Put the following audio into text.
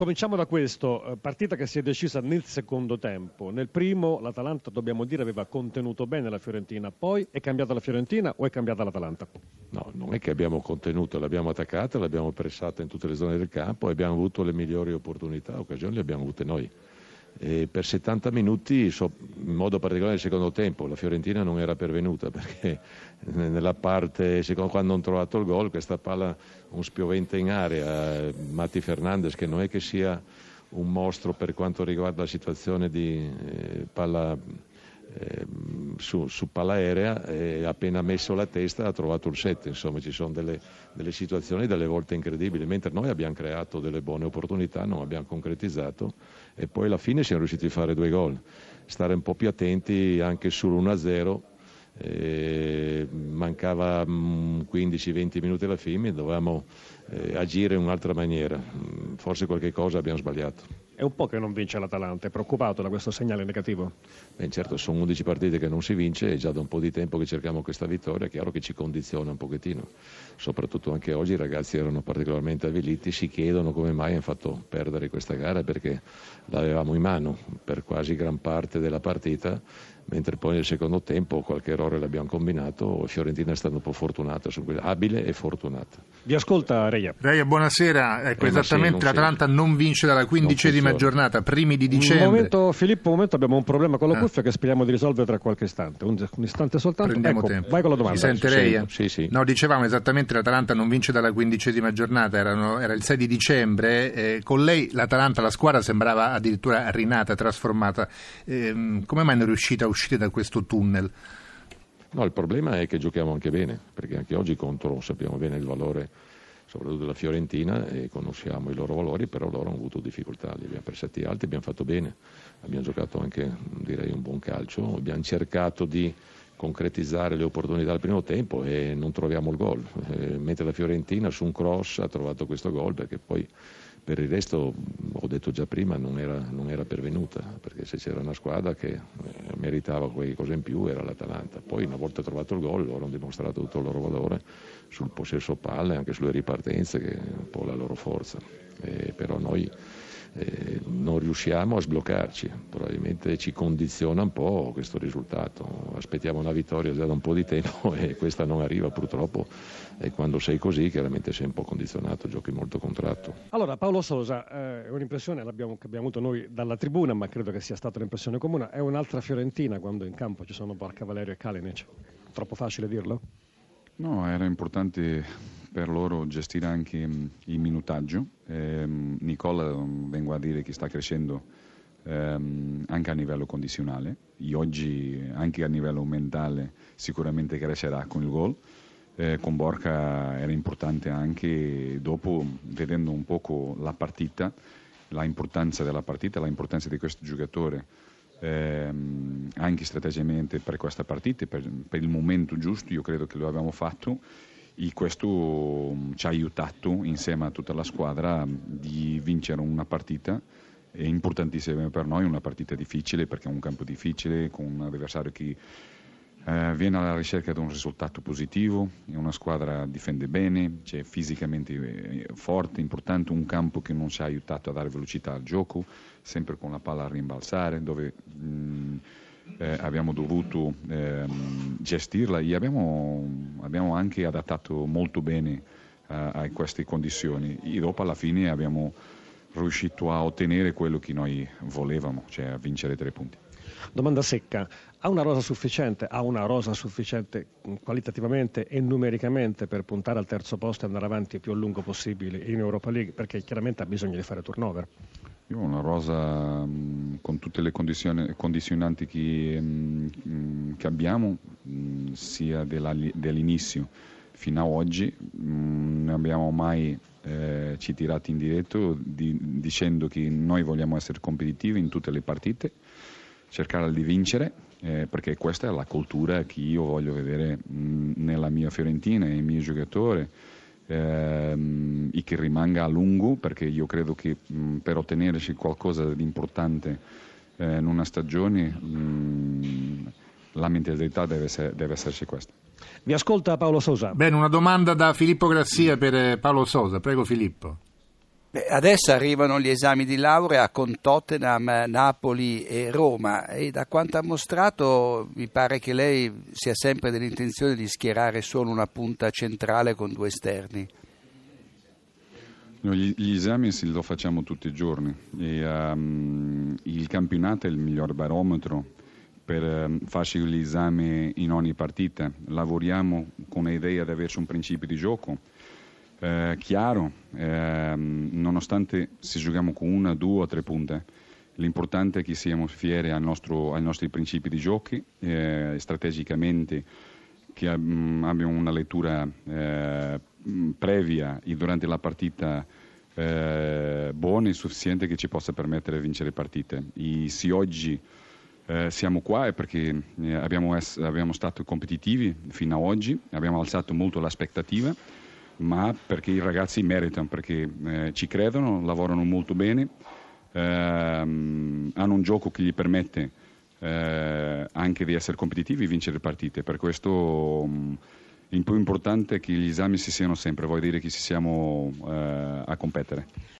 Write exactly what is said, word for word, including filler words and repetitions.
Cominciamo da questo, partita che si è decisa nel secondo tempo. Nel primo l'Atalanta, dobbiamo dire, aveva contenuto bene la Fiorentina, poi è cambiata la Fiorentina o è cambiata l'Atalanta? No, non è che abbiamo contenuto, l'abbiamo attaccata, l'abbiamo pressata in tutte le zone del campo e abbiamo avuto le migliori opportunità, occasioni le abbiamo avute noi. E per settanta minuti, so, in modo particolare nel secondo tempo, la Fiorentina non era pervenuta, perché nella parte, secondo, quando hanno trovato il gol, questa palla, un spiovente in area, Matti Fernandes, che non è che sia un mostro per quanto riguarda la situazione di eh, palla eh, su, su palla aerea, e appena messo la testa ha trovato il set. Insomma, ci sono delle, delle situazioni delle volte incredibili, mentre noi abbiamo creato delle buone opportunità, non abbiamo concretizzato, e poi alla fine siamo riusciti a fare due gol. Stare un po' più attenti anche sull'uno a zero, eh, mancava quindici venti minuti alla fine, dovevamo eh, agire in un'altra maniera, forse qualche cosa abbiamo sbagliato. È un po' che non vince l'Atalanta, è preoccupato da questo segnale negativo? Beh, certo, sono undici partite che non si vince, è già da un po' di tempo che cerchiamo questa vittoria, è chiaro che ci condiziona un pochettino, soprattutto anche oggi i ragazzi erano particolarmente avviliti, si chiedono come mai hanno fatto perdere questa gara, perché l'avevamo in mano per quasi gran parte della partita, mentre poi nel secondo tempo qualche errore l'abbiamo combinato. Fiorentina è stata un po' fortunata, abile e fortunata. Vi ascolta Reia. Reia, buonasera. Ecco, eh, esattamente, sì, l'Atalanta sì. non vince dalla quindicesima giornata, primi di dicembre. Un momento, Filippo, un momento, abbiamo un problema con la cuffia ah. che speriamo di risolvere tra qualche istante. Un, un istante soltanto. Prendiamo ecco, tempo. Vai con la domanda. Si sente Reia? Sì, sì. No, dicevamo esattamente, l'Atalanta non vince dalla quindicesima giornata, erano, era il sei di dicembre. Eh, con lei l'Atalanta, la squadra sembrava addirittura rinata, trasformata. Eh, come mai non è riuscita a uscire da questo tunnel? No, il problema è che giochiamo anche bene, perché anche oggi contro sappiamo bene il valore soprattutto della Fiorentina e conosciamo i loro valori, però loro hanno avuto difficoltà, li abbiamo pressati alti, abbiamo fatto bene, abbiamo giocato anche, direi, un buon calcio, abbiamo cercato di concretizzare le opportunità al primo tempo e non troviamo il gol, eh, mentre la Fiorentina su un cross ha trovato questo gol, perché poi per il resto, ho detto già prima, non era, non era pervenuta, perché se c'era una squadra che eh, meritava qualcosa in più era l'Atalanta. Poi una volta trovato il gol loro hanno dimostrato tutto il loro valore sul possesso palle e anche sulle ripartenze, che è un po' la loro forza, eh, però noi eh, non riusciamo a sbloccarci, probabilmente ci condiziona un po' questo risultato. Aspettiamo una vittoria già da un po' di tempo e questa non arriva purtroppo, e quando sei così chiaramente sei un po' condizionato, giochi molto contratto. Allora Paolo Sosa, eh, è un'impressione l'abbiamo, che abbiamo avuto noi dalla tribuna, ma credo che sia stata un'impressione comune, è un'altra Fiorentina quando in campo ci sono Borca Valerio e Kalinic. Troppo facile dirlo? No, era importante per loro gestire anche il minutaggio. Eh, Nicola, vengo a dire che sta crescendo ehm, anche a livello condizionale, e oggi anche a livello mentale sicuramente crescerà con il gol. Eh, con Borca era importante anche dopo, vedendo un poco la partita, la importanza della partita, la importanza di questo giocatore, ehm, anche strategicamente per questa partita, per, per il momento giusto. Io credo che lo abbiamo fatto e questo ci ha aiutato insieme a tutta la squadra di vincere una partita è importantissima per noi, una partita difficile perché è un campo difficile con un avversario che Uh, viene alla ricerca di un risultato positivo, è una squadra che difende bene, cioè fisicamente forte, importante, un campo che non ci ha aiutato a dare velocità al gioco, sempre con la palla a rimbalzare, dove mh, eh, abbiamo dovuto eh, gestirla e abbiamo, abbiamo anche adattato molto bene uh, a queste condizioni, e dopo alla fine abbiamo riuscito a ottenere quello che noi volevamo, cioè a vincere tre punti. Domanda secca, ha una rosa sufficiente, ha una rosa sufficiente qualitativamente e numericamente per puntare al terzo posto e andare avanti il più a lungo possibile in Europa League? Perché chiaramente ha bisogno di fare turnover. Io ho una rosa mh, con tutte le condizioni, condizionanti che, mh, che abbiamo, mh, sia della, dell'inizio fino a oggi. Mh, non abbiamo mai eh, ci tirati in diretto di, dicendo che noi vogliamo essere competitivi in tutte le partite, cercare di vincere, eh, perché questa è la cultura che io voglio vedere mh, nella mia Fiorentina e il mio giocatore, ehm, e che rimanga a lungo, perché io credo che mh, per ottenerci qualcosa di importante eh, in una stagione mh, la mentalità deve, essere, deve esserci questa. Vi ascolta Paolo Sosa. Bene, una domanda da Filippo Grassia per Paolo Sosa. Prego Filippo. Beh, adesso arrivano gli esami di laurea con Tottenham, Napoli e Roma, e da quanto ha mostrato mi pare che lei sia sempre dell'intenzione di schierare solo una punta centrale con due esterni. No, gli, gli esami lo facciamo tutti i giorni e um, il campionato è il miglior barometro per um, farci gli esami in ogni partita. Lavoriamo con l'idea di averci un principio di gioco Eh, chiaro, eh, nonostante se giochiamo con una, due o tre punte, l'importante è che siamo fieri al nostro, ai nostri principi di giochi, eh, strategicamente, che um, abbiamo una lettura eh, previa e durante la partita eh, buona e sufficiente che ci possa permettere di vincere partite. E se oggi eh, siamo qua è perché eh, abbiamo, es- abbiamo stato competitivi fino ad oggi, abbiamo alzato molto l'aspettativa, ma perché i ragazzi meritano, perché eh, ci credono, lavorano molto bene, ehm, hanno un gioco che gli permette eh, anche di essere competitivi e vincere partite. Per questo mh, il più importante è che gli esami si siano sempre, vuol dire che ci siamo eh, a competere.